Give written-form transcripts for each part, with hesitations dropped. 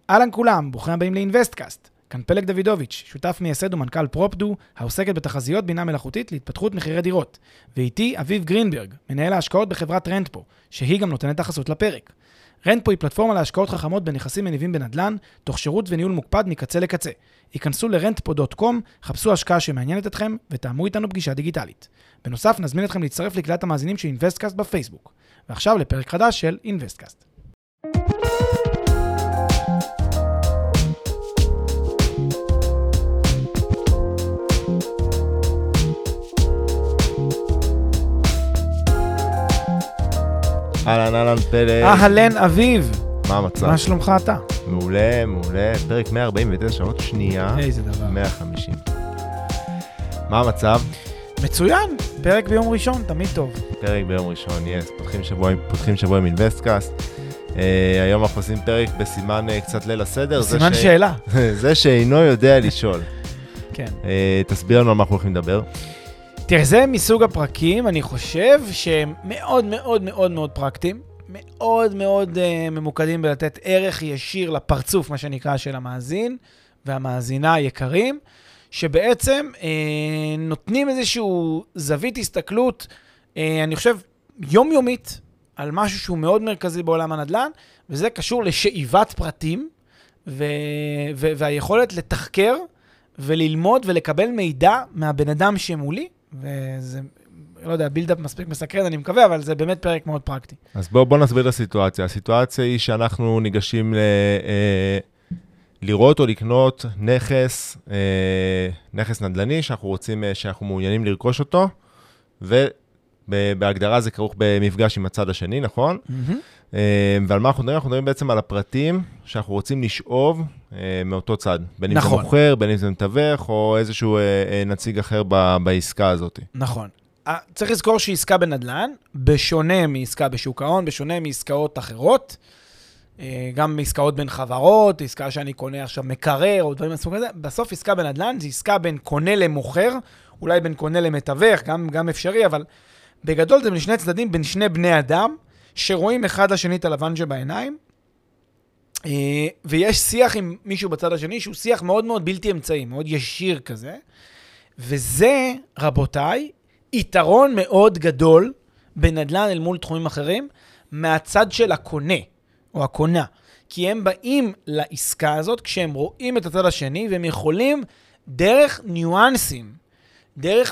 אהלן כולם, ברוכים הבאים לאינבסטקאסט. כאן פלג דוידוביץ', שותף מייסד ומנכ"ל פרופדו, העוסקת בתחזיות בינה מלאכותית להתפתחות מחירי דירות. ואיתי אביב גרינברג, מנהל ההשקעות בחברת רנטפו, שהיא גם נותנת החסות לפרק. רנטפו היא פלטפורמה להשקעות חכמות בנכסים מניבים בנדל"ן, תוך שירות וניהול מוקפד מקצה לקצה. היכנסו ל-rentpo.com, חפשו השקעה שמעניינת אתכם ותאמו איתנו פגישה דיגיטלית. בנוסף, נזמין אתכם להצטרף לקהילת המאזינים של אינבסטקאסט בפייסבוק. ועכשיו לפרק חדש של אינבסטקאסט. אהלן פלג. אהלן אביב. מה המצב? מה שלומך אתה? מעולה. פרק 149 עוד שנייה. איזה דבר. 150. מה המצב? מצוין. פרק ביום ראשון, תמיד טוב. פרק ביום ראשון, yes. פותחים שבוע עם אינבסטקאסט. היום אנחנו עושים פרק בסימן קצת ליל הסדר. סימן שאלה. זה שאינו יודע לשאול. כן. תסביר לנו על מה אנחנו הולכים לדבר. תראה, זה מסוג הפרקים, אני חושב שהם מאוד מאוד מאוד מאוד פרקטיים, מאוד מאוד ממוקדים בלתת ערך ישיר לפרצוף, מה שנקרא, של המאזין והמאזינה היקרים, שבעצם נותנים איזשהו זווית הסתכלות, אני חושב, יומיומית, על משהו שהוא מאוד מרכזי בעולם הנדל"ן, וזה קשור לשאיבת פרטים, והיכולת לתחקר וללמוד ולקבל מידע מהבן אדם שמולי, וזה, לא יודע, בילדאפ מספיק מסקרן, אני מקווה, אבל זה באמת פרק מאוד פרקטי. אז בוא נסביר את הסיטואציה. הסיטואציה היא שאנחנו ניגשים לראות או לקנות נכס נדל"ני, שאנחנו מעוניינים לרכוש אותו, ובהגדרה זה כרוך במפגש עם הצד השני, נכון? ועל מה אנחנו מדברים? אנחנו מדברים בעצם על הפרטים שאנחנו רוצים לשאוב מאותו צד. בין אם זה מוכר, בין אם זה מתווך, או איזשהו נציג אחר בעסקה הזאת. נכון. צריך לזכור שעסקה בנדל"ן, בשונה מעסקה בשוק ההון, בשונה מעסקאות אחרות, גם מעסקאות בין חברות, עסקה שאני קונה עכשיו מקרר, או דברים מסוג כזה, בסוף עסקה בנדל"ן זה עסקה בין קונה למוכר, אולי בין קונה למתווך, גם אפשרי, אבל בגדול זה בין שני צדדים, בין שני בני אדם, שרואים אחד לשני את הלבן שבעיניים, ויש שיח עם מישהו בצד השני, שהוא שיח מאוד מאוד בלתי אמצעי, מאוד ישיר כזה, וזה, רבותיי, יתרון מאוד גדול בנדל"ן אל מול תחומים אחרים, מהצד של הקונה, או הקונה, כי הם באים לעסקה הזאת, כשהם רואים את הצד השני, והם יכולים דרך ניואנסים, דרך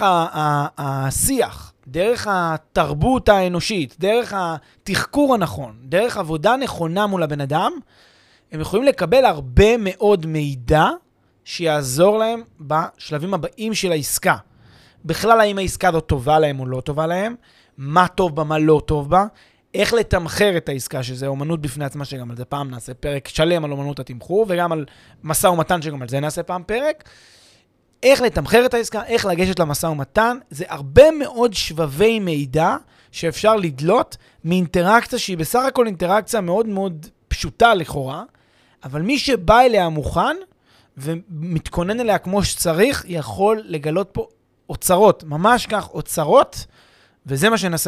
השיח, דרך התרבות האנושית, דרך התחקור הנכון, דרך עבודה נכונה מול הבן אדם, הם יכולים לקבל הרבה מאוד מידע שיעזור להם בשלבים הבאים של העסקה. בכלל, האם העסקה הזאת טובה להם או לא טובה להם, מה טוב בה, מה לא טוב בה, איך לתמחר את העסקה, שזה אומנות בפני עצמה, שגם על זה פעם נעשה פרק שלם על אומנות התמחור, וגם על מסע ומתן, שגם על זה נעשה פעם פרק. איך לתמחר את העסקה, איך לגשת למשא ומתן, זה הרבה מאוד שבבי מידע שאפשר לדלות מאינטראקציה שהיא בסך הכל אינטראקציה מאוד מאוד פשוטה לכאורה, אבל מי שבא אליה מוכן ומתכונן אליה כמו שצריך, יכול לגלות פה אוצרות, ממש כך אוצרות, וזה מה שננסה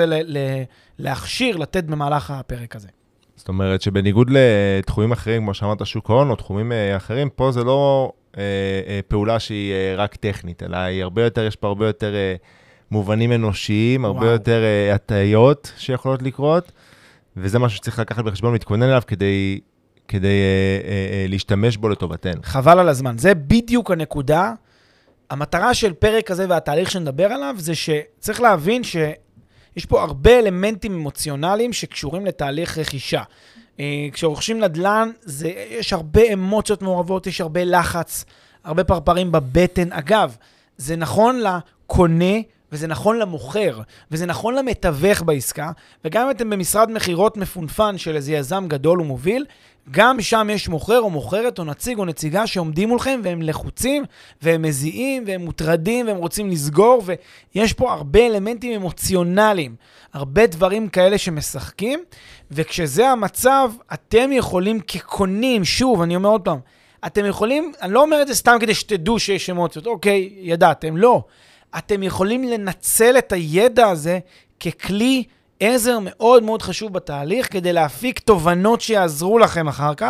להכשיר, לתת במהלך הפרק הזה. זאת אומרת שבניגוד לתחומים אחרים, כמו שאמרת שוק ההון, או תחומים אחרים, פה זה לא פעולה שהיא רק טכנית, אלא היא הרבה יותר, יש פה הרבה יותר מובנים אנושיים, הרבה יותר הטעיות שיכולות לקרות, וזה משהו שצריך לקחת בחשבון, להתכונן אליו כדי להשתמש בו לטובתן. חבל על הזמן, זה בדיוק הנקודה. המטרה של פרק הזה והתהליך שנדבר עליו, זה שצריך להבין שיש פה הרבה אלמנטים אמוציונליים שקשורים לתהליך רכישה. כשרוכשים נדל"ן, יש הרבה אמוציות מעורבות, יש הרבה לחץ, הרבה פרפרים בבטן. אגב, זה נכון לקונה, וזה נכון למוכר, וזה נכון למתווך בעסקה, וגם אם אתם במשרד מחירות מפונפן של איזה יזם גדול ומוביל, גם שם יש מוכר או מוכרת או נציג או נציגה שעומדים מולכם, והם לחוצים, והם מזיעים, והם מוטרדים, והם רוצים לסגור, ויש פה הרבה אלמנטים אמוציונליים, הרבה דברים כאלה שמשחקים, וכשזה המצב, אתם יכולים כקונים, שוב, אני אומר עוד פעם, אתם יכולים, אני לא אומר את זה סתם כדי שתדעו שיש אמוציות, אוקיי, ידעתם, לא. אתם יכולים לנצל את הידע הזה ככלי עזר מאוד מאוד חשוב בתהליך, כדי להפיק תובנות שיעזרו לכם אחר כך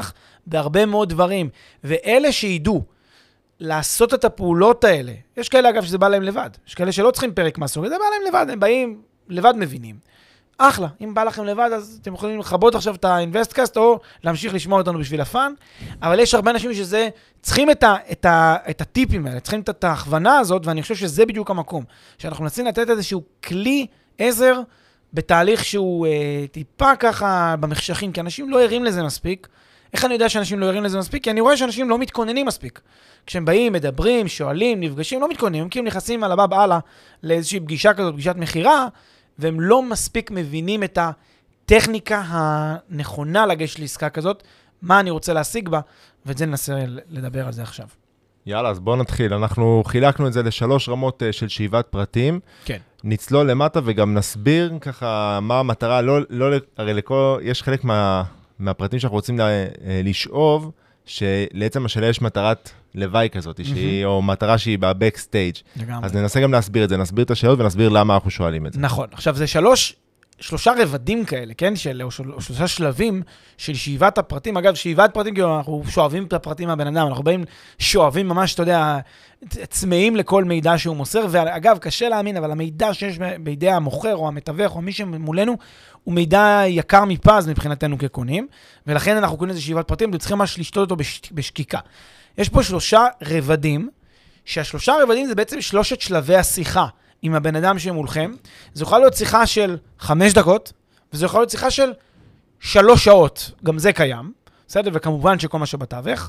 בהרבה מאוד דברים, ואלה שידעו לעשות את הפעולות האלה, יש כאלה אגב שזה בא להם לבד, יש כאלה שלא צריכים פרק מהסוג, זה בא להם לבד, הם באים לבד מבינים. אחלה, אם בא לכם לבד, אז אתם יכולים לחבות עכשיו את ה-InvestCast, או להמשיך לשמוע אותנו בשביל הפן, אבל יש הרבה אנשים שזה, צריכים את הטיפים האלה, צריכים את ההכוונה הזאת, ואני חושב שזה בדיוק המקום, שאנחנו מנסים לתת איזשהו כלי עזר, בתהליך שהוא טיפה ככה במחשכים, כי אנשים לא ערים לזה מספיק. איך אני יודע שאנשים לא ערים לזה מספיק? כי אני רואה שאנשים לא מתכוננים מספיק. כשהם באים, מדברים, שואלים, נפגשים, לא מתכוננים, הם כאילו נכנסים על הבא בעלה לאיזושהי פגישה כזאת, פגישת מחירה, והם לא מספיק מבינים את הטכניקה הנכונה לגשת לעסקה כזאת, מה אני רוצה להשיג בה, ואת זה ננסה לדבר על זה עכשיו. יאללה, אז בואו נתחיל. אנחנו חילקנו את זה לשלוש רמות של שאיבת פרטים. כן. נצלול למטה וגם נסביר ככה מה המטרה, הרי יש חלק מהפרטים שאנחנו רוצים לשאוב, שלעצם השאלה יש מטרת לוואי כזאת, או מטרה שהיא בבקסטייג'. אז ננסה גם להסביר את זה, נסביר את השאלות ונסביר למה אנחנו שואלים את זה. נכון. עכשיו זה שלושה רבדים כאלה, כן? או שלושה שלבים של שאיבת הפרטים. אגב, שאיבת פרטים, כאילו אנחנו שואבים את הפרטים מהבן אדם, אנחנו באים שואבים ממש, אתה יודע, צמאים לכל מידע שהוא מוסר, ואגב, קשה להאמין, אבל המידע שיש בידי המוכר או המתווך או מי שמולנו, הוא מידע יקר מפז מבחינתנו כקונים, ולכן אנחנו קונים איזה שאיבת פרטים, אתם צריכים ממש לשתות אותו בשקיקה. יש פה שלושה רבדים, שהשלושה רבדים זה בעצם שלושת שלבי השיחה. עם הבן אדם שמולכם, זה יכול להיות שיחה של 5 דקות, וזה יכול להיות שיחה של 3 שעות, גם זה קיים, בסדר? וכמובן שכל מה שבתווך.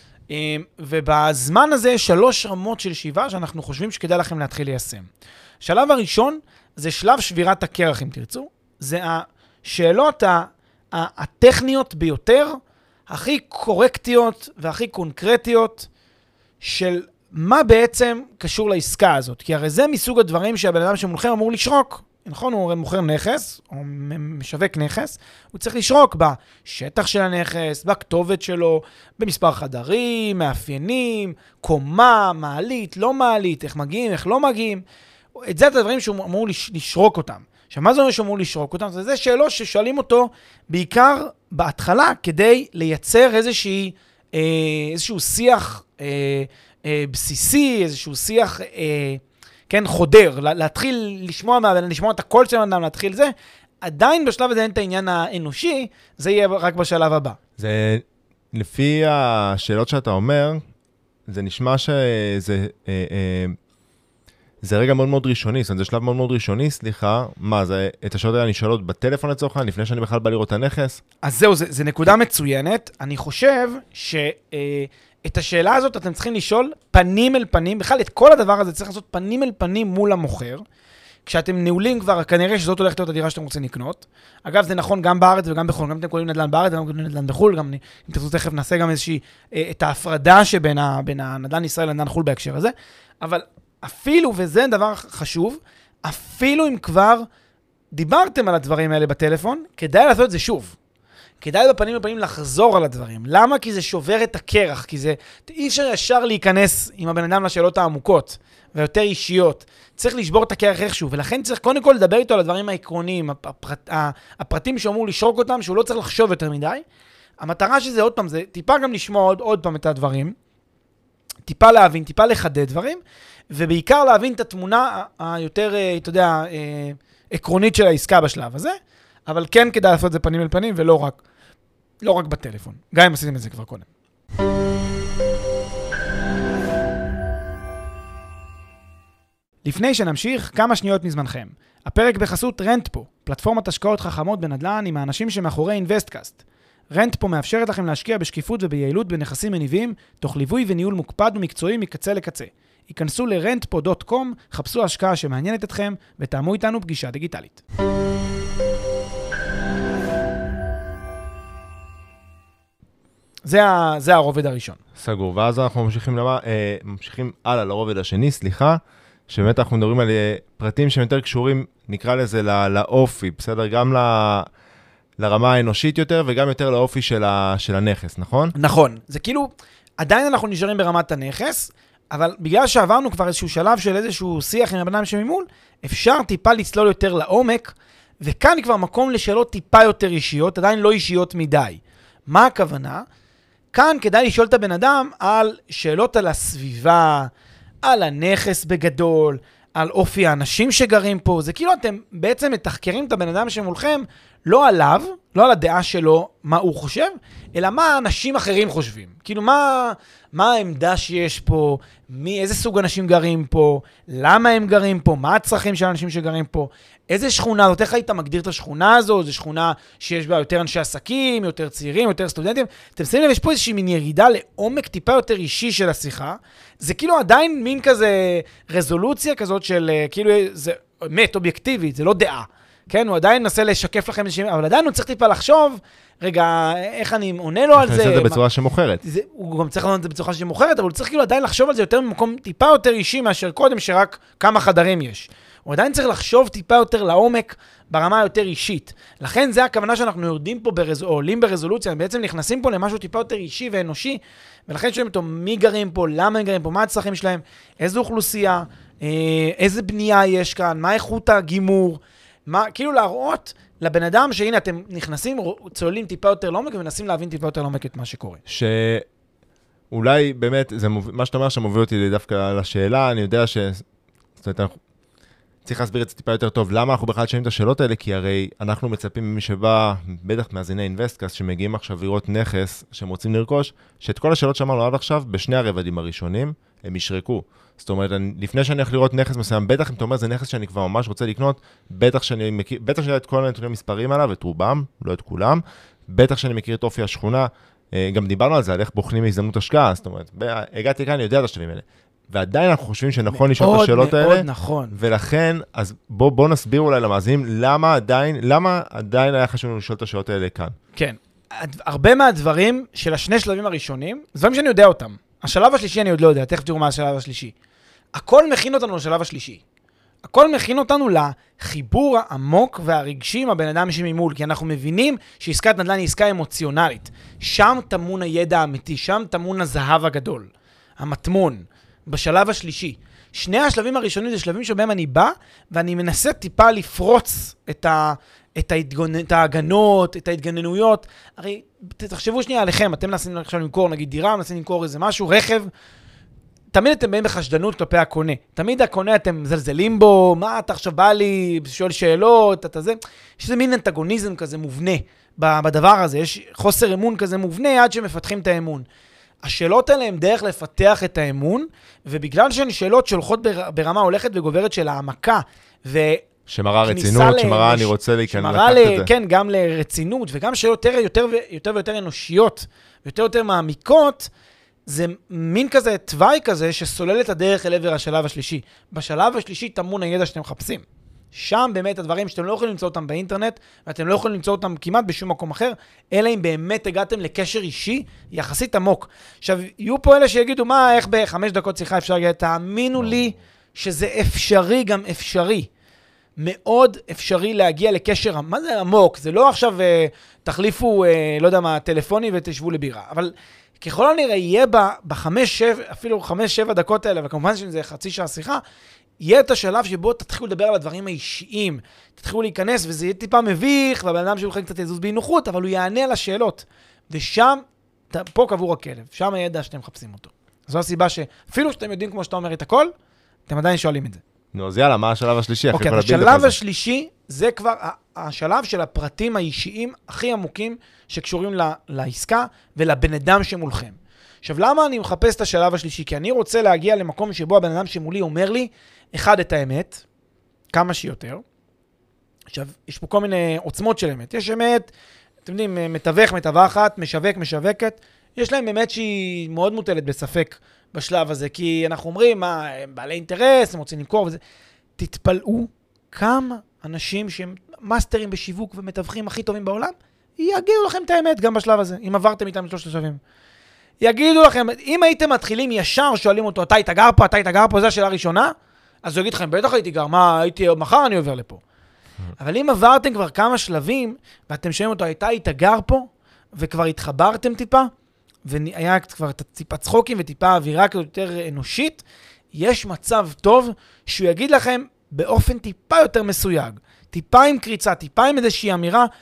ובזמן הזה 3 רמות של שאיבה שאנחנו חושבים שכדאי לכם להתחיל ליישם. השלב הראשון זה שלב שבירת הקרח, אם תרצו. זה השאלות הטכניות ביותר, הכי קורקטיות והכי קונקרטיות של מה בעצם קשור לעסקה הזאת? כי הרי זה מסוג הדברים שהבן אדם שמולכם אמור לשרוק. נכון, הוא מוכר נכס, או משווק נכס, הוא צריך לשרוק בשטח של הנכס, בכתובת שלו, במספר חדרים, מאפיינים, קומה, מעלית, לא מעלית, איך מגיעים, איך לא מגיעים. את זה הדברים שהוא אמור לשרוק אותם. עכשיו, מה זה אומר שהוא אמור לשרוק אותם? זה שאלות ששואלים אותו בעיקר בהתחלה, כדי לייצר איזשהו שיח בסיסי, איזשהו שיח, כן, חודר, להתחיל לשמוע את הקול של האדם, להתחיל זה, עדיין בשלב הזה אין את העניין האנושי, זה יהיה רק בשלב הבא. זה, לפי השאלות שאתה אומר, זה נשמע שזה, זה רגע מאוד מאוד ראשוני, זאת אומרת, זה שלב מאוד מאוד ראשוני, סליחה, מה, זה, את השאלות האלה אני שואלות בטלפון לצורך, לפני שאני בכלל בא לראות את הנכס? אז זהו, זה נקודה מצוינת, אני חושב את השאלה הזאת אתם צריכים לשאול פנים אל פנים, בכלל את כל הדבר הזה צריך לעשות פנים אל פנים מול המוכר, כשאתם נעולים כבר, כנראה שזאת הולכת להיות הדירה שאתם רוצים לקנות. אגב, זה נכון גם בארץ וגם בחול, גם אתם קוראים נדל"ן בארץ וגם קוראים נדל"ן בחול, גם אם תרצו תכף נעשה גם איזושהי, את ההפרדה שבין הנדל"ן ישראל לנדל"ן חול בהקשר הזה, אבל אפילו, וזה דבר חשוב, אפילו אם כבר דיברתם על הדברים האלה בטלפון, כדאי לעשות את זה שוב. כדאי בפנים לפנים לחזור על הדברים. למה? כי זה שובר את הקרח, כי זה אי אפשר ישר להיכנס עם הבן אדם לשאלות העמוקות ויותר אישיות. צריך לשבור את הקרח איכשהו, ולכן צריך קודם כל לדבר איתו על הדברים העקרוניים, הפרטים שאמור לשרוק אותם, שהוא לא צריך לחשוב יותר מדי. המטרה שזה עוד פעם, זה טיפה גם לשמוע עוד פעם את הדברים, טיפה להבין, טיפה לחדד דברים, ובעיקר להבין את התמונה היותר, אתה יודע, עקרונית של העסקה בשלב הזה, אבל כן כדאי לעשות את זה פנים אל פנים, ולא רק בטלפון. גם אם עשיתם את זה כבר קודם. לפני שנמשיך, כמה שניות מזמנכם. הפרק בחסות רנטפו, פלטפורמת השקעות חכמות בנדל"ן עם האנשים שמאחורי InvestCast. רנטפו מאפשרת לכם להשקיע בשקיפות וביעילות בנכסים מניבים, תוך ליווי וניהול מוקפד ומקצועי מקצה לקצה. היכנסו ל-rentpo.com, חפשו השקעה שמעניינת אתכם, ותאמו איתנו פגישה דיגיטלית. זה הרובד הראשון. סגור, ואז אנחנו ממשיכים הלאה לרובד השני, סליחה, שבאמת אנחנו מדברים על פרטים שהם יותר קשורים, נקרא לזה לאופי, בסדר? גם לרמה האנושית יותר, וגם יותר לאופי של הנכס, נכון? נכון. זה כאילו, עדיין אנחנו נשארים ברמת הנכס, אבל בגלל שעברנו כבר איזשהו שלב של איזשהו שיח עם הבן אדם שממול, אפשר טיפה לצלול יותר לעומק, וכאן כבר מקום לשאלות טיפה יותר אישיות, עדיין לא אישיות מדי. מה הכוונה? כאן כדאי לשאול את הבן אדם על שאלות על הסביבה, על הנכס בגדול, על אופי האנשים שגרים פה. זה כאילו אתם בעצם מתחקרים את הבן אדם שמולכם, לא עליו, לא על הדעה שלו, מה הוא חושב, אלא מה אנשים אחרים חושבים. כאילו מה העמדה שיש פה, איזה סוג אנשים גרים פה, למה הם גרים פה, מה הצרכים של האנשים שגרים פה, איזה שכונה זאת, איך היית מגדיר את השכונה הזו, זו שכונה שיש בה יותר אנשי עסקים, יותר צעירים, יותר סטודנטים. אתם שמים לב, יש פה איזושהי מין ירידה לעומק טיפה יותר אישי של השיחה. זה כאילו עדיין מין כזה רזולוציה כזאת של, כאילו זה אמת, אובייקטיבית, זה לא דעה. כן, הוא עדיין מנסה לשקף לכם איזושהי, אבל עדיין הוא צריך טיפה לחשוב, רגע, איך אני עונה לו על זה. הוא עושה את זה בצורה שמוכרת. הוא גם צריך לענות את זה בצורה שמוכרת, אבל הוא צריך כאילו עדיין לחשוב על זה יותר ממקום טיפה יותר אישי מאשר קודם, שרק כמה חדרים יש. הוא עדיין צריך לחשוב טיפה יותר לעומק ברמה יותר אישית. לכן זה הכוונה שאנחנו יורדים פה עולים ברזולוציה, בעצם נכנסים פה למשהו טיפה יותר אישי ואנושי, ולכן שואלים אותו מי גרים פה, למה הם גרים פה, מה הצרכים שלהם, איזו אוכלוסייה, איזה בנייה יש כאן, מה איכות הגימור, כאילו להראות לבן אדם שהנה אתם נכנסים, צוללים טיפה יותר לעומק ומנסים להבין טיפה יותר לעומק את מה שקורה. שאולי באמת, מה שאתה אומר שמוביל אותי דווקא לשאלה, אני יודע זאת אומרת, צריך להסביר את זה טיפה יותר טוב, למה אנחנו בכלל שואלים את השאלות האלה, כי הרי אנחנו מצפים ממי שבא, בטח מאזיני אינבסטקאסט, שמגיעים עכשיו לראות נכס שהם רוצים לרכוש, שאת כל השאלות שאמרנו עד עכשיו, בשני הרבדים הראשונים, הם ישרקו. זאת אומרת, לפני שאני הולך לראות נכס מסוים, בטח אם אתה אומר, זה נכס שאני כבר ממש רוצה לקנות, בטח שאני יודע את כל הנתונים המספרים עליו, את רובם, לא את כולם, בטח שאני מכיר את אופי השכונה, גם דיברנו על זה, על איך בוחנים הזדמנות השקעה, זאת אומרת, הגעתי כאן, אני יודע את השלבים האלה. ועדיין אנחנו חושבים שנכון לשאול את השאלות האלה. מאוד נכון. ולכן, אז בואו נסביר אולי למאזינים, למה עדיין היה חשוב לנו לשאול את השאלות האלה כאן. כן. הרבה מהדברים של השני שלבים הראשונים, זה דברים שאני יודע אותם. השלב השלישי אני עוד לא יודע, תכף תראו מה השלב השלישי. הכל מכין אותנו לשלב השלישי. הכל מכין אותנו לחיבור העמוק והרגשי עם הבן אדם שממול, כי אנחנו מבינים שעסקת נדל"ן היא עסקה אמוציונלית. שם טמון הידע האמיתי, שם טמון הזהב הגדול, המטמון. בשלב השלישי. שני השלבים הראשונים זה שלבים שבהם אני בא, ואני מנסה טיפה לפרוץ את ההגנות, את ההתגננויות. הרי תחשבו שנייה עליכם, אתם מנסים עכשיו למכור, נגיד דירה, מנסים למכור איזה משהו, רכב, תמיד אתם באים בחשדנות כלפי הקונה. תמיד הקונה אתם מזלזלים בו, מה אתה עכשיו בא לי, שואל שאלות, אתה זה. יש איזה מין אנטגוניזם כזה מובנה בדבר הזה, יש חוסר אמון כזה מובנה עד שמפתחים את האמון. השאלות האלה הן דרך לפתח את האמון, ובגלל שהן שאלות שהולכות ברמה הולכת וגוברת של העמקה, שמראה רצינות, שמראה אני רוצה להיכנס לקחת את זה. כן, גם לרצינות, וגם שאלות יותר ויותר אנושיות, יותר מעמיקות, זה מין כזה תוואי כזה שסולל את הדרך אל עבר השלב השלישי. בשלב השלישי טמון הידע שאתם מחפשים. שם באמת הדברים שאתם לא יכולים למצוא אותם באינטרנט, ואתם לא יכולים למצוא אותם כמעט בשום מקום אחר, אלא אם באמת הגעתם לקשר אישי יחסית עמוק. עכשיו, יהיו פה אלה שיגידו, איך ב5 דקות שיחה אפשר להגיע? תאמינו לי שזה אפשרי, גם אפשרי. מאוד אפשרי להגיע לקשר, מה זה עמוק? זה לא עכשיו תחליפו, לא יודע מה, טלפוני ותשבו לבירה. אבל ככל הנראה יהיה אפילו 5-7 דקות האלה, וכמובן שזה חצי שעה שיחה, יהיה את השלב שבו תתחילו לדבר על הדברים האישיים, תתחילו להיכנס, וזה יהיה טיפה מביך, והבן אדם שלכם קצת יזוז באי-נוחות, אבל הוא יענה על השאלות. ושם, פה קבור הכלב, שם הידע שאתם מחפשים אותו. זו הסיבה שאפילו שאתם יודעים כמו שאתה אומר את הכל, אתם עדיין שואלים את זה. נו, אז יאללה, מה השלב השלישי? אוקיי, השלב השלישי זה כבר השלב של הפרטים האישיים הכי עמוקים שקשורים לעסקה ולבן אדם שמולכם. עכשיו, למה אני מחפש את השלב השלישי? כי אני רוצה להגיע למקום שבו הבן אדם שמולי אומר לי, אחד, את האמת, כמה שיותר. עכשיו, יש פה כל מיני עוצמות של אמת. יש אמת, אתם יודעים, מתווך, מתווכת, משווק, משווקת. יש להם אמת שהיא מאוד מוטלת בספק בשלב הזה, כי אנחנו אומרים, הם בעלי אינטרס, הם רוצים למכור וזה. תתפלאו כמה אנשים שהם מאסטרים בשיווק ומתווכים הכי טובים בעולם, יגידו לכם את האמת גם בשלב הזה, אם עברתם איתם לשלושת השלבים. יגידו לכם, אם הייתם מתחילים ישר, שואלים אותו, אתה היית גר פה, זו השאלה הראשונה, אז הוא יגיד לכם, בטח הייתי גר, מחר אני עובר לפה. אבל אם עברתם כבר כמה שלבים, ואתם שואלים אותו, היית גר פה, וכבר התחברתם טיפה, והיה כבר טיפה צחוקים וטיפה אווירה יותר אנושית, יש מצב טוב שהוא יגיד לכם באופן טיפה יותר מסויג, טיפה עם קריצה, טיפה עם איזושהי אמירה,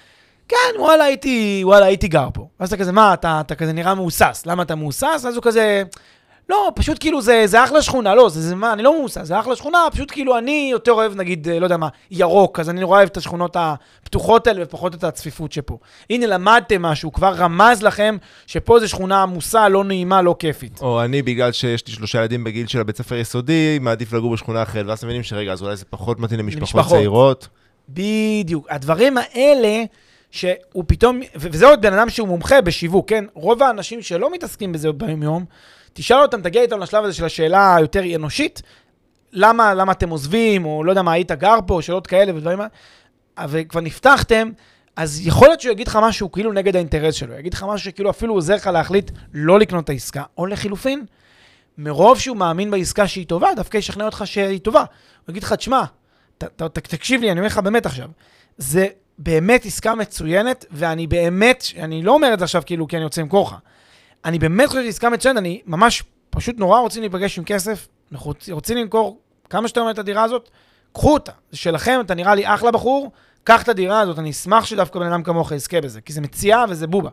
כן, וואלה, הייתי גר פה. אז אתה כזה, מה, אתה כזה נראה מאוסס. למה אתה מאוסס? אז הוא כזה, לא, פשוט כאילו זה אחלה שכונה, לא, זה מה, אני לא מאוסס, זה אחלה שכונה, פשוט כאילו אני יותר אוהב, נגיד, לא יודע מה, ירוק, אז אני נורא אוהב את השכונות הפתוחות האלה ופחות את הצפיפות שפה. הנה, למדתם משהו, כבר רמז לכם שפה זה שכונה עמוסה, לא נעימה, לא כיפית. או אני, בגלל שיש לי 3 ילדים בגיל של הבית ספר יסודי, מעדיף לגור בשכונה אחרת, ואז מבינים שרגע, אז אולי זה פחות מתאים למשפחות צעירות. בדיוק. הדברים האלה שהוא פתאום, וזה עוד בן אדם שהוא מומחה בשיווק, כן? רוב האנשים שלא מתעסקים בזה ביום יום, תשאל אותם, תגיע איתם לשלב הזה של השאלה היותר אנושית, למה אתם עוזבים, או לא יודע מה, היית גר פה, שאלות כאלה ודברים, וכבר נפתחתם, אז יכול להיות שהוא יגיד לך משהו כאילו נגד האינטרס שלו, יגיד לך משהו שכאילו אפילו עוזר לך להחליט לא לקנות את העסקה, או לחילופין, מרוב שהוא מאמין בעסקה שהיא טובה, דווקא ישכנע אותך שהיא טובה. הוא יגיד לך, תשמע, תקשיב לי, אני אומר לך באמת עכשיו, זה באמת עסקה מצוינת, ואני באמת, אני לא אומר את זה עכשיו כאילו כי אני רוצה למכור לך, אני באמת חושב עסקה מצוינת, אני ממש פשוט נורא רוצים להיפגש עם כסף, אנחנו רוצים למכור כמה שאתה אומר את הדירה הזאת, קחו אותה, זה שלכם, אתה נראה לי אחלה בחור, קח את הדירה הזאת, אני אשמח שדווקא בן אדם כמוך יזכה בזה, כי זה מציאה וזה בובה,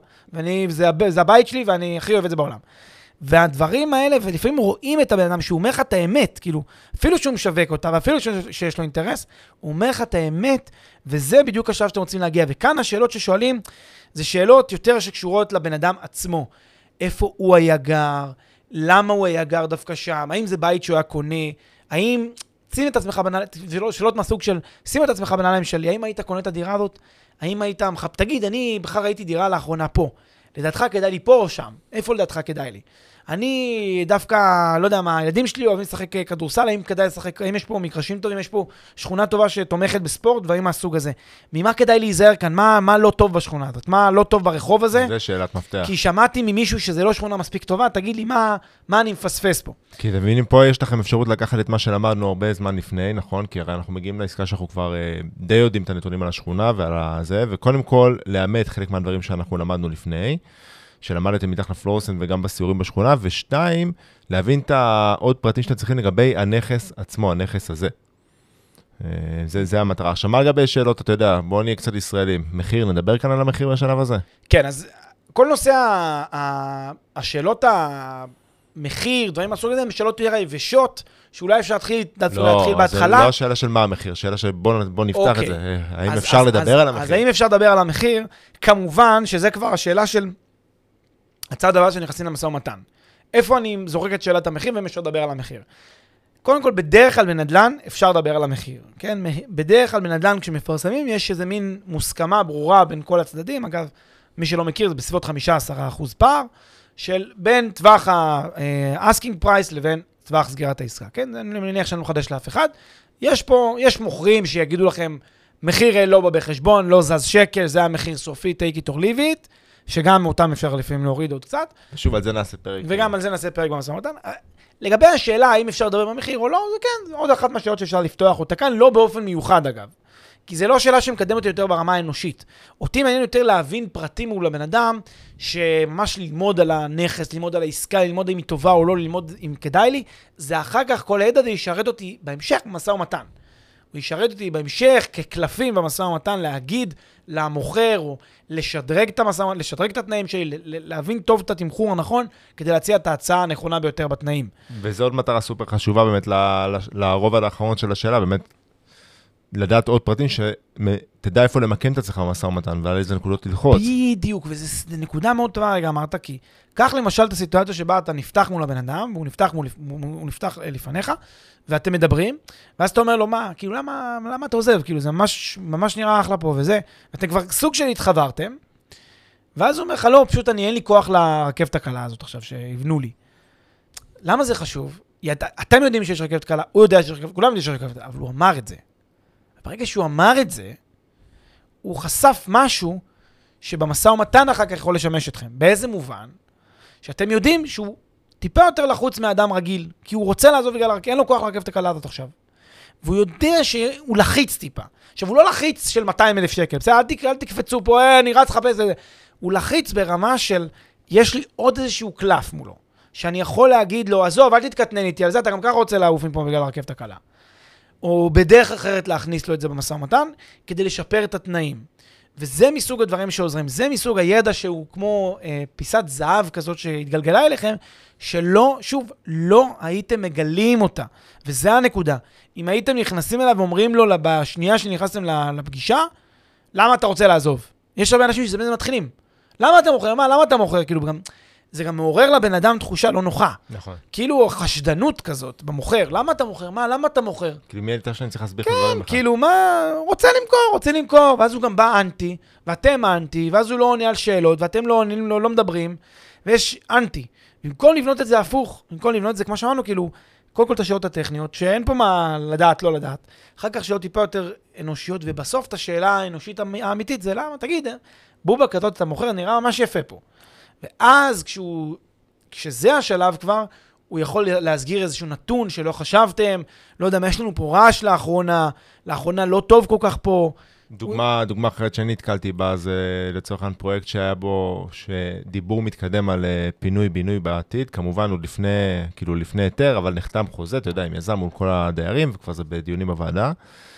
וזה הבית שלי ואני הכי אוהב את זה בעולם. והדברים האלה, ולפעמים רואים את הבן אדם שהוא אומר לך את האמת, כאילו, אפילו שהוא משווק אותה, ואפילו שיש לו אינטרס, הוא אומר לך את האמת, וזה בדיוק השלב שאתם רוצים להגיע. וכאן השאלות ששואלים, זה שאלות יותר שקשורות לבן אדם עצמו. איפה הוא היה גר, למה הוא היה גר דווקא שם, האם זה בית שהוא היה קונה, האם, שים את עצמך בנעליים, שאלות מהסוג של, שים את עצמך בנעליים שלי, האם היית קונה את הדירה הזאת, האם היית, תגיד, אני בכלל ראיתי דירה לאחרונה פה, לדעתך כדאי לי פה או שם, איפה לדעתך כדאי לי? אני דווקא, לא יודע מה, הילדים שלי אוהבים לשחק כדורסל, האם כדאי לשחק, האם יש פה מגרשים טובים, יש פה שכונה טובה שתומכת בספורט, דברים מהסוג הזה. ממה כדאי להיזהר כאן? מה לא טוב בשכונה הזאת? מה לא טוב ברחוב הזה? זה שאלת מפתח. כי שמעתי ממישהו שזה לא שכונה מספיק טובה, תגיד לי מה אני מפספס פה. כי אתם מבינים, פה יש לכם אפשרות לקחת את מה שלמדנו הרבה זמן לפני, נכון? כי הרי אנחנו מגיעים לעסקה שאנחנו כבר די יודעים את הנתונים על השכונה ועל זה, וקודם כל, לאמת חלק מהדברים שאנחנו למדנו לפני. שלמדתם מתחת לפלורסנט וגם בסיורים בשכונה, ושתיים, להבין את העוד פרטים שאתם צריכים לגבי הנכס עצמו, הנכס הזה. זה המטרה. עכשיו, מה לגבי שאלות, אתה יודע, בואו נהיה קצת ישראלים. מחיר, נדבר כאן על המחיר בשלב הזה? כן, אז כל נושא השאלות המחיר, דברים מהסוג הזה, הם שאלות יותר יבשות, שאולי אפשר להתחיל בהתחלה. זה לא השאלה של מה המחיר, שאלה של בוא נפתח את זה. האם אפשר לדבר על המחיר? אז האם אפשר לדבר על המחיר? כמובן שזה כבר השאלה של הצעד הבא שנכנסים למשא ומתן. איפה אני זורק את שאלת המחיר ואם אפשר לדבר על המחיר? קודם כל, בדרך כלל בנדל"ן אפשר לדבר על המחיר. כן? בדרך כלל בנדל"ן כשמפרסמים יש איזה מין מוסכמה ברורה בין כל הצדדים. אגב, מי שלא מכיר זה בסביבות 15% פער, של בין טווח ה-asking price לבין טווח סגירת העסקה. כן? אני מניח שאני לא מחדש לאף אחד. יש מוכרים שיגידו לכם, מחיר לא בא בחשבון, לא זז שקל, זה המחיר סופי, take it or leave it. שגם אותם אפשר לפעמים להוריד עוד קצת. שוב, על זה נעשה פרק. וגם על זה נעשה פרק במשא ומתן. לגבי השאלה, האם אפשר לדבר במחיר או לא, זה כן, זה עוד אחת מהשאלות שאפשר לפתוח אותה כאן, לא באופן מיוחד אגב. כי זה לא שאלה שמקדמת אותי יותר ברמה האנושית. אותי מעניין יותר להבין פרטים מול הבן אדם, שממש ללמוד על הנכס, ללמוד על העסקה, ללמוד אם היא טובה או לא, ללמוד אם כדאי לי, זה אחר כך כל הידע הזה ישרת אותי בהמשך במשא ומתן. הוא ישרת אותי בהמשך כקלפים במשא ומתן להגיד למוכר או לשדרג את המשא ומתן, לשדרג את התנאים שלי, להבין טוב את התמחור הנכון, כדי להציע את ההצעה הנכונה ביותר בתנאים. וזו עוד מטרה סופר חשובה באמת לרובד האחרון של השאלה, באמת לדעת עוד פרטים שתדע איפה למקם את עצמך במשא ומתן ועל איזה נקודות ללחוץ. בדיוק, וזו נקודה מאוד טובה רגע, אמרת, כי קח למשל את הסיטואציה שבה אתה נפתח מול הבן אדם, והוא נפתח לפניך, ואתם מדברים, ואז אתה אומר לו, מה, כאילו, למה אתה עוזב? כאילו, זה ממש נראה אחלה פה וזה, ואתם כבר סוג של התחברתם, ואז הוא אומר לך, לא, פשוט אין לי כוח לרכבת הקלה הזאת עכשיו, שיבנו לי. למה זה חשוב? אתם יודעים שיש רכבת קלה, הוא יודע שיש רכבת, כולם יודעים שיש רכבת קלה, אבל הוא אמר את זה. ברגע שהוא אמר את זה, הוא חשף משהו שבמשא ומתן אחר כך יכול לשמש אתכם. באיזה מובן? שאתם יודעים שהוא טיפה יותר לחוץ מאדם רגיל, כי הוא רוצה לעזוב בגלל הרכבת, אין לו כוח לרכבת הקלה הזאת עכשיו. והוא יודע שהוא לחיץ טיפה. עכשיו, הוא לא לחיץ של 200,000 שקל, בסדר, אל תקפצו פה, אני רץ לחפש את זה. הוא לחיץ ברמה של, יש לי עוד איזשהו קלף מולו, שאני יכול להגיד לו, עזוב, אל תתקטנן איתי על זה, אתה גם ככה רוצה לעוף מפה בגלל הרכבת הקלה. או בדרך אחרת להכניס לו את זה במשא ומתן, כדי לשפר את התנאים. וזה מסוג הדברים שעוזרים. זה מסוג הידע שהוא כמו פיסת זהב כזאת שהתגלגלה אליכם, שלא, שוב, לא הייתם מגלים אותה. וזה הנקודה. אם הייתם נכנסים אליו ואומרים לו בשנייה שנכנסתם לפגישה, למה אתה רוצה לעזוב? יש הרבה אנשים שזה מתחילים. למה אתה מוכר? מה? למה אתה מוכר? כאילו, זה גם מעורר לבן אדם תחושה לא נוחה. נכון. כאילו חשדנות כזאת במוכר. למה אתה מוכר? מה? למה אתה מוכר? כאילו מי יותר שאני צריך להסביר את הדברים כן, בכלל. כאילו מה? רוצה למכור. ואז הוא גם בא אנטי, ואתם אנטי, ואז הוא לא עונה על שאלות, ואתם לא עונים, לא מדברים, ויש אנטי. במקום לבנות את זה הפוך, במקום לבנות את זה כמו שאמרנו, כאילו, קודם כל את השאלות הטכניות, שאין פה מה לדעת, לא לדעת. אחר כך שאלות טיפה יותר אנושיות, ובסוף את השאלה האנושית האמיתית זה למה? תגיד, בובה כתות את המוכר, נראה ממש יפה פה. ואז כשזה השלב כבר, הוא יכול להסגיר איזשהו נתון שלא חשבתם, לא יודע מה, יש לנו פה רעש לאחרונה לא טוב כל כך פה. דוגמה אחרת שאני נתקלתי בה, זה לצורך העניין פרויקט שהיה בו, שדיבור מתקדם על פינוי-בינוי בעתיד, כמובן הוא לפני היתר, אבל נחתם חוזה, אתה יודע, עם יזם מול כל הדיירים, וכבר זה בדיונים בוועדה.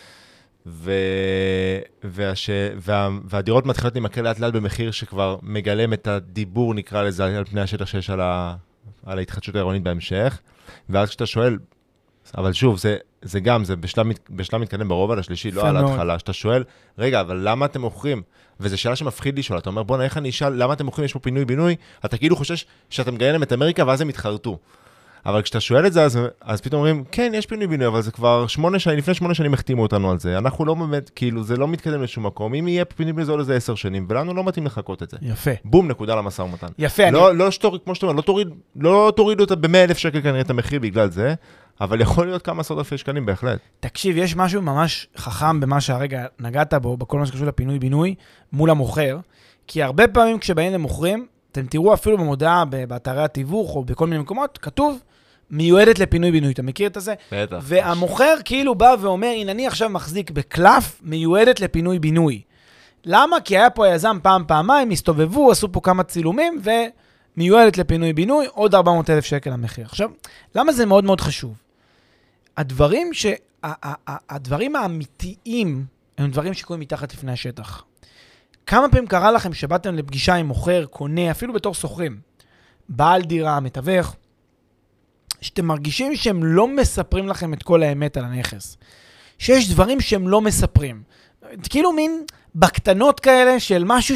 והדירות מתחילות להימכר לאט לאט במחיר שכבר מגלם את הדיבור, נקרא לזה, על פני השטח שיש על ההתחדשות העירונית בהמשך. ואז כשאתה שואל, אבל שוב, זה בשלב מתקדם ברובע השלישי, לא על ההתחלה, שאתה שואל, רגע, אבל למה אתם מוכרים? וזו שאלה שמפחיד לשאול, אתה אומר, בוא, איך אני אשאל, למה אתם מוכרים? יש פה פינוי-בינוי, אתה כאילו חושש שאתה מגיע להם את אמריקה, ואז הם יתחרטו. אבל כשאתה שואל את זה, אז פתאום אומרים, כן, יש פינוי-בינוי, אבל זה כבר לפני 8 שנים החתימו אותנו על זה. אנחנו לא באמת, כאילו, זה לא מתקדם לשום מקום. אם יהיה פינוי-בינוי, זה עוד איזה 10 שנים, ולנו לא מתאים לחכות את זה. יפה. בום, נקודה למשא ומתן. יפה. לא שתוריד, כמו שאתה אומר, לא תורידו אותה ב100,000 שקל כנראה את המחיר בגלל זה, אבל יכול להיות כמה עשרות אלפי שקלים בהחלט. תקשיב, יש משהו ממש חכם במה שהרגע נגעת בו, בכל מה שקשור לפינוי-בינוי, מול המוכר, כי הרבה פעמים כשבאים למוכרים, אתם תראו אפילו במודעה, באתרי התיווך או בכל מיני מקומות, כתוב, מיועדת לפינוי-בינוי, אתה מכיר את זה? בטח. והמוכר כאילו בא ואומר, הנה אני עכשיו מחזיק בקלף, מיועדת לפינוי-בינוי. למה? כי היה פה היזם פעמיים, הסתובבו, עשו פה כמה צילומים, ומיועדת לפינוי-בינוי, עוד 400,000 שקל המחיר. עכשיו, למה זה מאוד מאוד חשוב? הדברים האמיתיים, הם דברים שקורים מתחת לפני השטח. כמה פעמים קרה לכם שבאתם לפגישה עם מוכר, קונה, אפילו בתור סוחרים, בעל דירה, מתווך, שאתם מרגישים שהם לא מספרים לכם את כל האמת על הנכס. שיש דברים שהם לא מספרים. כאילו מין בקטנות כאלה של משהו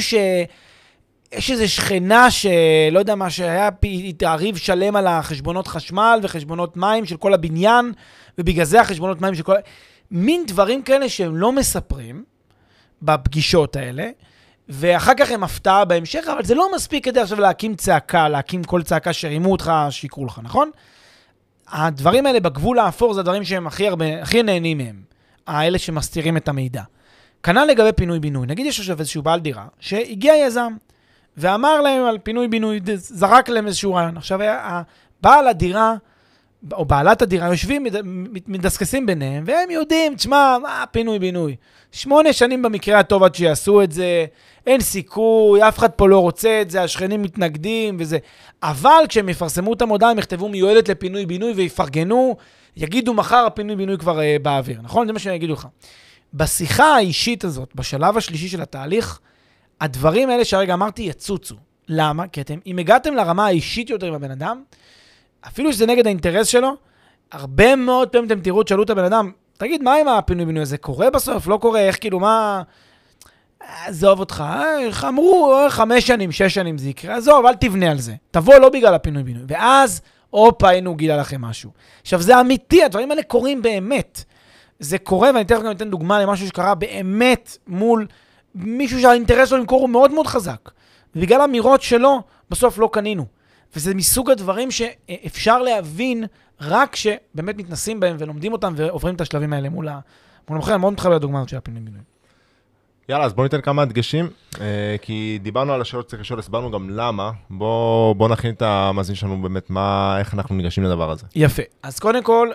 יש איזו שכנה שלא יודע מה שהיה תעריב שלם על החשבונות חשמל וחשבונות מים של כל הבניין, ובגלל זה החשבונות מים של כל... מין דברים כאלה שהם לא מספרים בפגישות האלה, ואחר כך הם הפתעה בהמשך, אבל זה לא מספיק כדי עכשיו להקים צעקה, להקים כל צעקה שרימו אותך, שיקרו לך, נכון? הדברים האלה בגבול האפור זה הדברים שהם הכי נהנים מהם, האלה שמסתירים את המידע. כנ"ל לגבי פינוי-בינוי, נגיד יש עכשיו איזשהו בעל דירה שהגיע יזם, ואמר להם על פינוי-בינוי, זרק להם איזשהו רעיון. עכשיו, בעל הדירה, או בעלת הדירה, יושבים, מדסקסים ביניהם, והם יודעים, תשמע, מה פינוי-בינוי? 8 שנים במקרה הטוב עד שיעשו את זה, אין סיכוי, אף אחד פה לא רוצה את זה, השכנים מתנגדים וזה. אבל כשהם יפרסמו את המודעה, הם יכתבו מיועדת לפינוי-בינוי ויפרגנו, יגידו מחר הפינוי-בינוי כבר באוויר, נכון? זה מה שאני אגידו לך. בשיחה האישית הזאת, בשלב השלישי של התהליך, הדברים האלה שהרגע אמרתי יצוצו. למה? כי אם הגעתם לרמה האישית יותר עם הבן אדם, אפילו שזה נגד האינטרס שלו, הרבה מאוד פעמים אתם תראו, תשאלו את הבן אדם, תגיד, מה עם הפינוי-בינוי הזה? קורה בסוף? לא קורה? איך כאילו, מה... עזוב אותך, אמרו 5 שנים, 6 שנים זה יקרה, עזוב, אל תבנה על זה. תבוא לא בגלל הפינוי-בינוי. ואז, אופה, היינו גילה לכם משהו. עכשיו, זה אמיתי, הדברים האלה קורים באמת. זה קורה, ואני תכף גם אתן דוגמה למשהו שקרה באמת מול מישהו שהאינטרס שלו למכור הוא מאוד מאוד חזק. ובגלל האמירות שלו, בסוף לא קנינו. וזה מסוג הדברים שאפשר להבין רק כשבאמת מתנסים בהם ולומדים אותם ועוברים את השלבים האלה מול המוכר. אני מאוד מתחבר לדוגמה הזאת של הפינוי-בינוי. יאללה, אז בוא ניתן כמה הדגשים, כי דיברנו על השאלות שצריך לשאול, הסברנו גם למה. בוא נכין את המאזין שלנו באמת, איך אנחנו ניגשים לדבר הזה. יפה. אז קודם כל,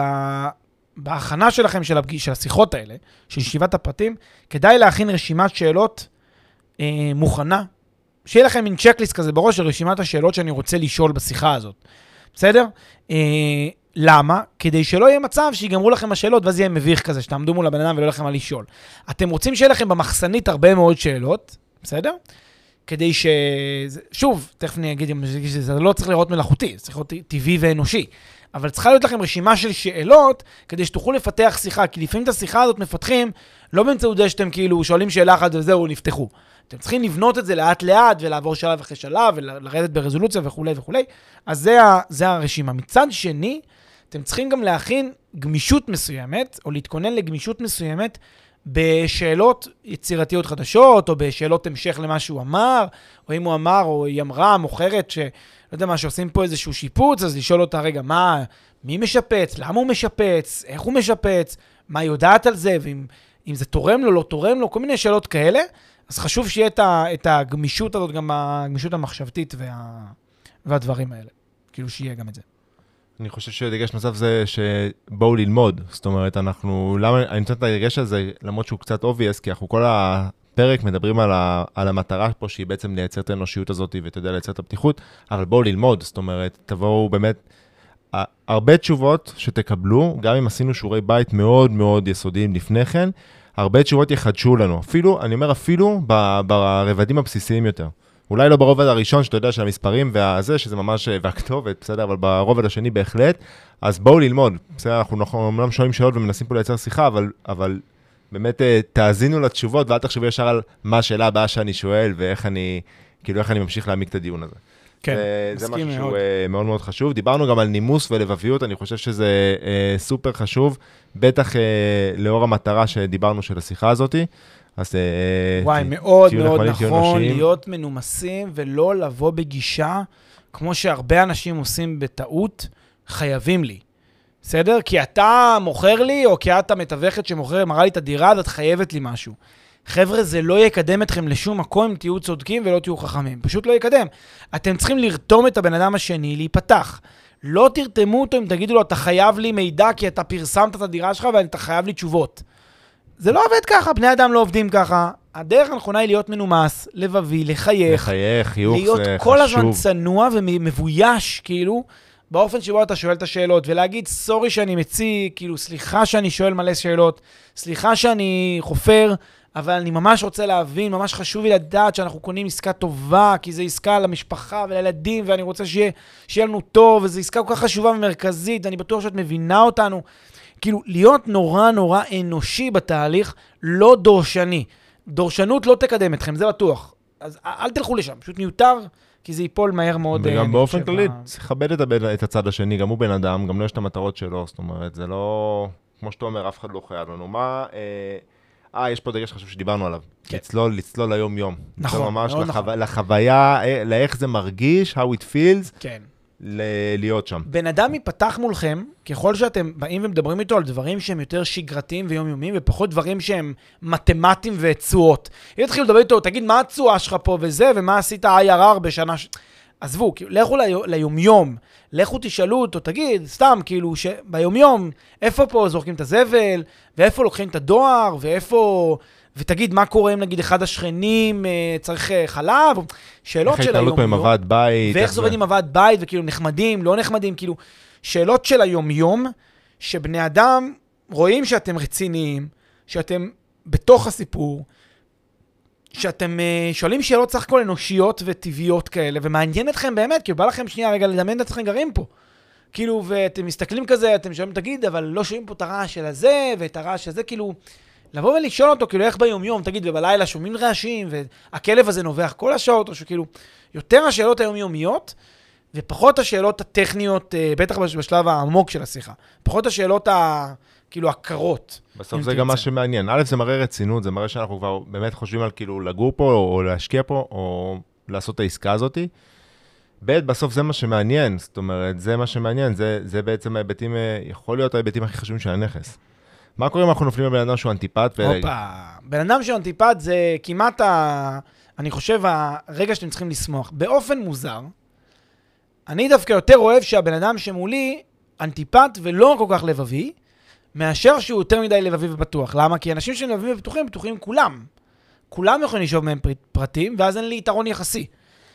בהכנה שלכם של השיחות האלה, של ישיבת הפרטים, כדאי להכין רשימת שאלות מוכנה, שיהיה לכם מין צ'קליסט כזה בראש של רשימת השאלות שאני רוצה לשאול בשיחה הזאת. בסדר? למה? כדי שלא יהיה מצב שיגמרו לכם השאלות, ואז יהיה מביך כזה, שתעמדו מול הבן אדם ולא לכם מה לשאול. אתם רוצים שיהיה לכם במחסנית הרבה מאוד שאלות, בסדר? כדי ש... שוב, תכף אני אגיד שזה לא צריך לראות מלאכותי, זה צריך להיות טבעי ואנושי. אבל צריכה להיות לכם רשימה של שאלות, כדי שתוכלו לפתח שיחה, כי לפעמים את השיחה הזאת מפתחים, לא באמצעות זה שאתם כאילו שואלים שאלה אחת וזהו, נפתחו. אתם צריכים לבנות את זה לאט לאט, ולעבור שלב אחרי שלב, ולרדת ברזולוציה וכו' וכו'. אז זה הרשימה. מצד שני, אתם צריכים גם להכין גמישות מסוימת, או להתכונן לגמישות מסוימת, בשאלות יצירתיות חדשות, או בשאלות המשך למה שהוא אמר, או אם הוא אמר, או היא אמרה, מוכרת, לא יודע מה, שעושים פה איזשהו שיפוץ, אז לשאול אותה, רגע, מי משפץ? למה הוא משפץ? איך הוא משפץ? מה היא יודעת על זה? ואם זה תורם לו, לא תורם לו, כל מיני שאלות כאלה. אז חשוב שיהיה את הגמישות הזאת, גם הגמישות המחשבתית והדברים האלה. כאילו שיהיה גם את זה. אני חושב שדגש נוסף זה שבואו ללמוד. זאת אומרת, למה אני נותן את הדגש הזה, למרות שהוא קצת obvious, כי אנחנו כל הפרק מדברים על המטרה פה, שהיא בעצם לייצר את האנושיות הזאת, ואתה יודע, לייצר את הפתיחות, אבל בואו ללמוד. זאת אומרת, תבואו באמת, הרבה תשובות שתקבלו, גם אם עשינו שיעורי בית מאוד מאוד יסודיים לפני כן, הרבה תשובות יחדשו לנו. אפילו ברבדים הבסיסיים יותר. אולי לא ברובד הראשון, שאתה יודע, של המספרים והזה, שזה ממש, והכתובת, בסדר, אבל ברובד השני בהחלט, אז בואו ללמוד. בסדר, אנחנו אומנם שואלים שאלות ומנסים פה לייצר שיחה, אבל באמת תאזינו לתשובות, ואל תחשבו ישר על מה השאלה הבאה שאני שואל, ואיך אני ממשיך להעמיק את הדיון הזה. כן, זה משהו שהוא מאוד מאוד חשוב. דיברנו גם על נימוס ולבביות, אני חושב שזה סופר חשוב, בטח לאור המטרה שדיברנו של השיחה הזאת. אז וואי, מאוד מאוד נכון להיות מנומסים ולא לבוא בגישה, כמו שהרבה אנשים עושים בטעות, חייבים לי. בסדר? כי אתה מוכר לי, או כי אתה מתווכת מראה לי את הדירה, אז את חייבת לי משהו. חבר'ה, זה לא יקדם אתכם לשום מקום אם תהיו צודקים ולא תהיו חכמים. פשוט לא יקדם. אתם צריכים לרתום את הבן אדם השני, להיפתח. לא תרתמו אותו אם תגידו לו, אתה חייב לי מידע כי אתה פרסמת את הדירה שלך ואתה חייב לי תשובות. זה לא עובד ככה, בני אדם לא עובדים ככה. הדרך הנכונה היא להיות מנומס, לבבי, לחייך, להיות כל הזמן צנוע ומבויש, כאילו, באופן שבו אתה שואל את השאלות, ולהגיד, סורי שאני מציא, כאילו, סליחה שאני שואל מלא שאלות, סליחה שאני חופר, אבל אני ממש רוצה להבין, ממש חשוב לי לדעת שאנחנו קונים עסקה טובה, כי זו עסקה למשפחה ולילדים, ואני רוצה שיהיה לנו טוב, וזו עסקה כל כך חשובה ומרכזית, אני בטוח שאת מבינה אותנו. כאילו, להיות נורא נורא אנושי בתהליך, לא דורשני. דורשנות לא תקדם אתכם, זה בטוח. אז אל תלכו לשם, פשוט מיותר, כי זה ייפול מהר מאוד. וגם באופן כללי, צריך לכבד את הצד השני, גם הוא בן אדם, גם לא יש את המטרות שלו, זאת אומרת, זה לא, כמו שאתה אומר, אף אחד לא חייב לנו. יש פה דגש חשוב שדיברנו עליו. לצלול ליום-יום. נכון, מאוד נכון. לחוויה, לאיך זה מרגיש, how it feels. כן. להיות שם. בן אדם ייפתח מולכם, ככל שאתם באים ומדברים איתו על דברים שהם יותר שגרתיים ויומיומיים, ופחות דברים שהם מתמטיים וצועות. אם תתחילו לדבר איתו, תגיד מה הצועה שלך פה וזה, ומה עשית IRR בשנה עזבו, לכו ליומיום, לכו תשאלו אותו, תגיד, סתם, כאילו, שביומיום, איפה פה זורקים את הזבל, ואיפה לוקחים את הדואר, ואיפה... ותגיד מה קורה אם נגיד אחד השכנים צריך חלב, שאלות של היום-יום. איך התנהלות פה עם הוועד בית. ואיך זה עובד עם הוועד בית, וכאילו נחמדים, לא נחמדים, כאילו שאלות של היום-יום, שבני אדם רואים שאתם רציניים, שאתם בתוך הסיפור, שאתם שואלים שאלות סך הכל אנושיות וטבעיות כאלה, ומעניין אתכם באמת, כאילו בא לכם שנייה רגע לדמיין את אתכם גרים פה. כאילו, ואתם מסתכלים כזה, אתם שואלים, תגיד, אבל לא שומעים פה את הרעש של הזה, ואת הרעש הזה, כאילו... לבוא ולשאול אותו, כאילו, איך ביום-יום, תגיד, ובלילה שומעים רעשים, והכלב הזה נובח כל השעות, או שכאילו, יותר השאלות היומיומיות, ופחות השאלות הטכניות, בטח בשלב העמוק של השיחה. פחות השאלות, כאילו, הקרות. בסוף זה גם מה שמעניין. א', זה מראה רצינות, זה מראה שאנחנו כבר באמת חושבים על, כאילו, לגור פה, או להשקיע פה, או לעשות את העסקה הזאת. ב', בסוף זה מה שמעניין, זאת אומרת, זה מה שמעניין, זה בעצם ההיבטים, יכול להיות ההיבטים הכי חשובים של הנכס. מה קורה אם אנחנו נופלים לבן אדם שהוא אנטיפט? בן אדם שהוא אנטיפט זה כמעט, אני חושב, הרגע שאתם צריכים לשמוח. באופן מוזר, אני דווקא יותר אוהב שהבן אדם שמולי אנטיפט ולא כל כך לבבי, מאשר שהוא יותר מדי לבבי ופתוח. למה? כי אנשים שהם לבבים ופתוחים, פתוחים כולם. כולם יכולים לשאוב מהם פרטים, ואז אין לי יתרון יחסי.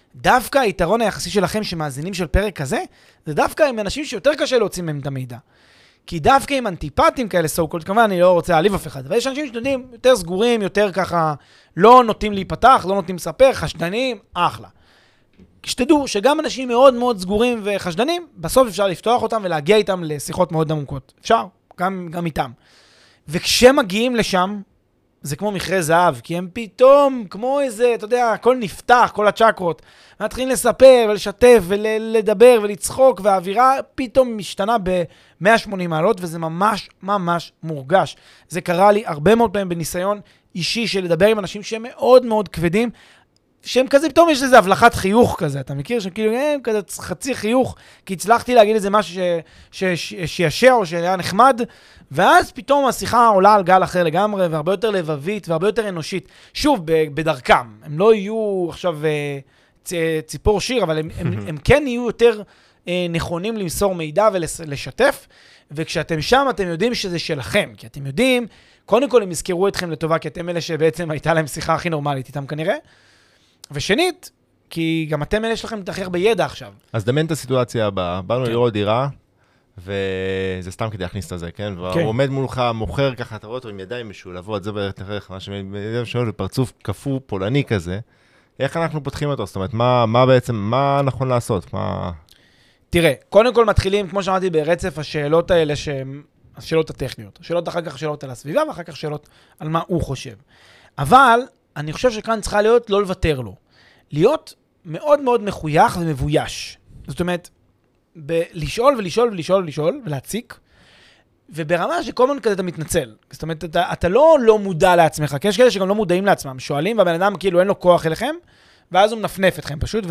דווקא היתרון היחסי שלכם שמאזינים של פרק כזה, זה דווקא עם אנשים שיותר קשה להוציא מהם את המידע. כי דווקא עם אנטיפטים כאלה, סו-קולד, כמובן אני לא רוצה להעליב אף אחד, אבל יש אנשים שיודעים יותר סגורים, יותר ככה, לא נוטים להיפתח, לא נוטים לספר, חשדניים, אחלה. שתדעו שגם אנשים מאוד מאוד סגורים וחשדנים, בסוף אפשר לפתוח אותם ולהגיע איתם לשיחות מאוד עמוקות. אפשר, גם איתם. וכשמגיעים לשם, זה כמו מכרה זהב, כי הם פתאום, כמו איזה, אתה יודע, הכל נפתח, כל הצ'קרות, מתחילים לספר ולשתף ולדבר ולצחוק, והאווירה פתאום משתנה ב-180 מעלות, וזה ממש ממש מורגש. זה קרה לי הרבה מאוד פעמים בניסיון אישי של לדבר עם אנשים שהם מאוד מאוד כבדים, שהם כזה, פתאום יש איזה הבלחת חיוך כזה, אתה מכיר? שהם כאילו, הם כזה חצי חיוך, כי הצלחתי להגיד איזה משהו שישע או שהיה נחמד, ואז פתאום השיחה עולה על גל אחר לגמרי, והרבה יותר לבבית, והרבה יותר אנושית. שוב, בדרכם. הם לא יהיו עכשיו ציפור שיר, אבל הם כן יהיו יותר נכונים למסור מידע ולשתף, וכשאתם שם אתם יודעים שזה שלכם, כי אתם יודעים, קודם כל הם יזכרו אתכם לטובה, כי אתם אלה שבעצם הייתה להם שיחה הכי נורמלית איתם כנראה, ושנית, כי גם אתם אלה שלכם את הכי הרבה ידע עכשיו. אז דמיין את הסיטואציה הבאה, באנו לראות דירה, וזה סתם כדי להכניס את זה, כן? והוא עומד מולך, מוכר ככה, אתה רואה אותו עם ידיים משולבות, זה בערך מה שמדבר משולבות, פרצוף כפור פולני כזה. איך אנחנו פותחים אותו? זאת אומרת, מה בעצם, מה נכון לעשות? תראה, קודם כל מתחילים, כמו שאמרתי, ברצף השאלות האלה שהן השאלות הטכניות. השאלות אחר כך שאלות על הסביבה, ואחר כך שאלות על מה הוא חושב. אבל אני חושב שכאן צריכה להיות לא לוותר לו. להיות מאוד מאוד מחוייך ומבויש. זאת אומרת, לשאול ולשאול ולשאול ולשאול ולהציק, וברמה שכל הזמן כזה אתה מתנצל. זאת אומרת, אתה לא מודע לעצמך, כי יש כאלה שגם לא מודעים לעצמם, שואלים, והבן אדם כאילו אין לו כוח אליכם, ואז הוא מנפנף אתכם פשוט,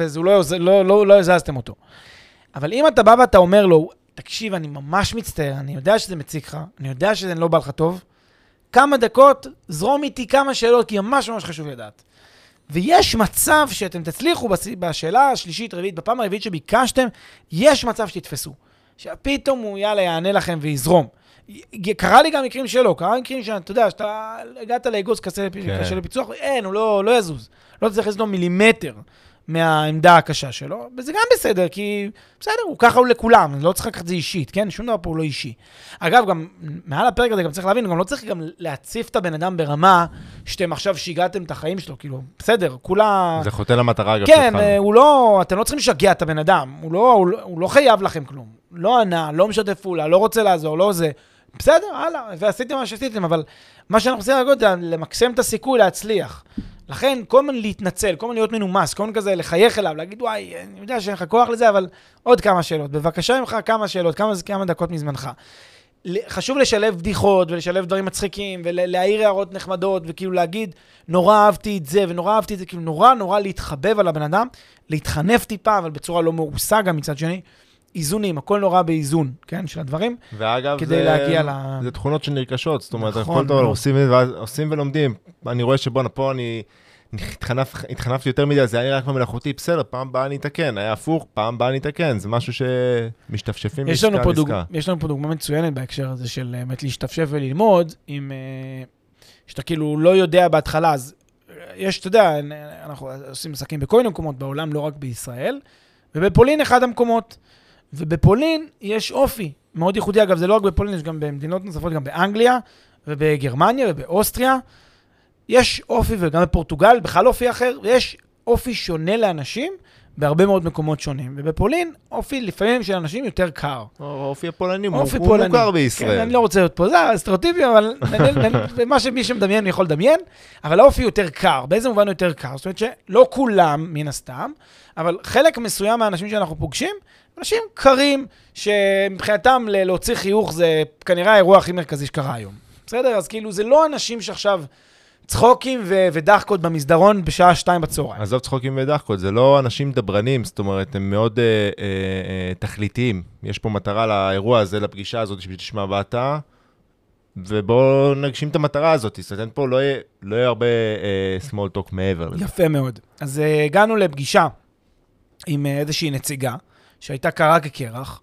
לא הזזתם אותו. אבל אם אתה בא ואתה אומר לו, תקשיב, אני ממש מצטער, אני יודע שזה מציק לך, אני יודע שזה לא בא לך טוב, כמה דקות, זרום איתי כמה שאלות, כי ממש ממש חשוב לדעת. ויש מצב שאתם תצליחו בשאלה השלישית, רביעית, בפעם הרביעית שביקשתם, יש מצב שתתפסו. שפתאום הוא יענה לכם ויזרום. קרה לי גם מקרים שלו, קרה לי מקרים שאתה יודע, שאתה הגעת לאגוז קשה לפיצוח, אין, הוא לא יזוז. לא צריך לזדום מילימטר מהעמדה הקשה שלו, וזה גם בסדר, כי בסדר, הוא ככה הוא לכולם, לא צריך לקחת זה אישית, כן? שום דבר פה הוא לא אישי. אגב, גם מעל הפרק הזה גם צריך להבין, גם לא צריך גם להציף את הבן אדם ברמה שאתם עכשיו שיגעתם את החיים שלו, כאילו, בסדר, כולה... זה חוטא למטרה, אגב, כן, אתם לא צריכים לשגע את הבן אדם, הוא לא חייב לכם כלום, לא ענה, לא משתף פעולה, לא רוצה לעזור, לא זה, בסדר, הלאה, ועשיתם מה שעשיתם, אבל מה שאנחנו עושים זה למקסם את הסיכוי להצליח. לכן, כל הזמן להתנצל, כל הזמן להיות מנומס, כל הזמן כזה לחייך אליו, להגיד, וואי, אני יודע שאין לך כוח לזה, אבל עוד כמה שאלות. בבקשה ממך כמה שאלות, כמה דקות מזמנך. חשוב לשלב בדיחות ולשלב דברים מצחיקים, ולהעיר הערות נחמדות, וכאילו להגיד, נורא אהבתי את זה, ונורא אהבתי את זה, כאילו נורא להתחבב על הבן אדם, להתחנף טיפה, אבל בצורה לא מאוסה גם מצד שני. איזונים, הכל נורא באיזון, כן, של הדברים. ואגב, זה תכונות שנרכשות, זאת אומרת, הכל טוב, עושים ולומדים. אני רואה שבונה, פה אני התחנפתי יותר מדי, זה היה רק מלאכותי, בסדר, פעם באה אני אתקן, היה הפוך, פעם באה אני אתקן, זה משהו שמשתפשפים יש לנו פה דוגמה מצוינת בהקשר הזה של באמת להשתפשף וללמוד, שאתה כאילו לא יודע בהתחלה, אז יש, אתה יודע, אנחנו עושים עסקים בכל מיני מקומות בעולם, לא רק בישראל, ובפולין אחד המקומות, ובפולין יש אופי מאוד ייחודי, אגב, זה לא רק בפולין, יש גם במדינות נוספות, גם באנגליה, ובגרמניה, ובאוסטריה, יש אופי, וגם בפורטוגל, בכלל אופי אחר, ויש אופי שונה לאנשים, בהרבה מאוד מקומות שונים. ובפולין, אופי לפעמים של אנשים יותר קר. אופי הפולני, הוא מוכר בישראל. כן, אני לא רוצה להיות פה, זה הסטריאוטיפי, אבל מה שמי שמדמיין יכול לדמיין, אבל האופי יותר קר. באיזה מובן יותר קר? זאת אומרת שלא כולם, מן הסתם, אבל חלק מסוים מהאנשים שאנחנו פוגשים, אנשים קרים, שמבחינתם להוציא חיוך זה כנראה האירוע הכי מרכזי שקרה היום. בסדר? אז כאילו זה לא אנשים שעכשיו צחוקים ודחקות במסדרון בשעה 2 בצהריים. עזוב צחוקים ודחקות, זה לא אנשים דברנים, זאת אומרת, הם מאוד תכליתיים. יש פה מטרה לאירוע הזה, לפגישה הזאת, שתשמע ואתה, ובואו נגשים את המטרה הזאת. זאת אומרת, פה לא יהיה הרבה small talk מעבר לזה. יפה מאוד. אז הגענו לפגישה עם איזושהי נציגה, שהייתה קרה כקרח,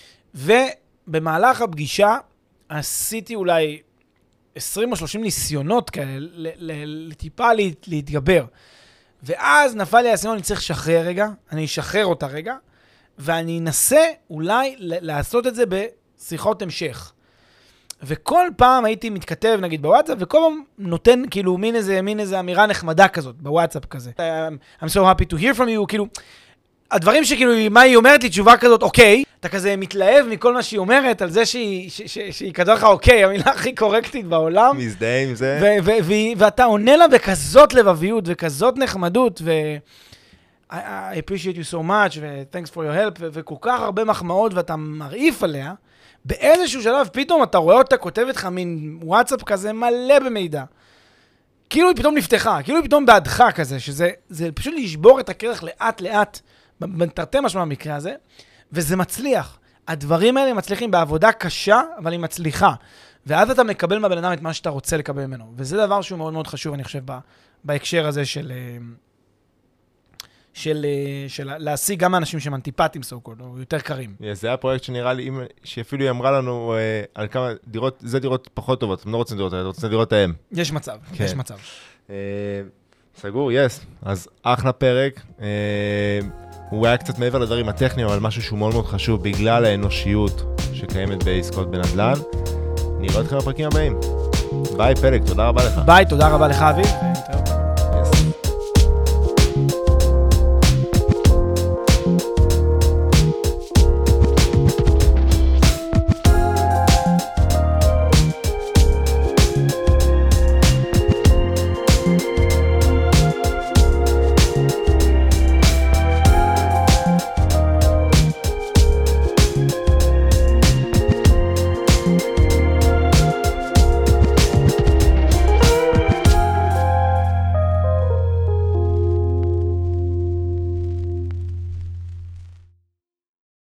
ובמהלך הפגישה עשיתי אולי 20 או 30 ניסיונות כאלה, לטיפה להתגבר. ואז נפל לי האסימון, אני צריך לשחרר רגע, אני אשחרר אותה רגע, ואני אנסה אולי לעשות את זה בשיחות המשך. וכל פעם הייתי מתכתב, נגיד, בוואטסאפ, וכל פעם נותן, כאילו, מין איזה אמירה נחמדה כזאת, בוואטסאפ כזה. I'm so happy to hear from you, כאילו, הדברים שכאילו, מה היא אומרת לי, תשובה כזאת, אוקיי, אתה כזה מתלהב מכל מה שהיא אומרת, על זה שהיא כתבה לך, אוקיי, המילה הכי קורקטית בעולם. מזדהה עם זה. ואתה עונה לה בכזאת לבביות, וכזאת נחמדות, I appreciate you so much, ו-thanks for your help, וכל כך הרבה מחמאות, ואתה מרעיף עליה, באיזשהו שלב, פתאום אתה רואה אותה, כותבת לך מין וואטסאפ כזה מלא במידע. כאילו היא פתאום נפתחה, כאילו היא פתאום בעדך כזה, שזה פשוט לשבור את הקרח לאט לאט, תרתי משמע במקרה הזה, וזה מצליח. הדברים האלה מצליחים בעבודה קשה, אבל היא מצליחה. ואז אתה מקבל מהבן אדם את מה שאתה רוצה לקבל ממנו. וזה דבר שהוא מאוד מאוד חשוב, אני חושב, בהקשר הזה של להשיג גם אנשים שהם אנטיפטיים, so called, או יותר קרים. זה היה פרויקט שנראה לי, שאפילו היא אמרה לנו על כמה דירות, זה דירות פחות טובות, אתם לא רוצים דירות, אתם רוצים דירות ההם. יש מצב, יש מצב. סגור, יס. אז אחלה פרק. הוא היה קצת מעבר לדברים הטכניים, אבל משהו שהוא מאוד מאוד חשוב, בגלל האנושיות שקיימת בעסקאות בנדל"ן. נראה אתכם בפרקים הבאים. ביי פלג, תודה רבה לך. ביי, תודה רבה לך אביב.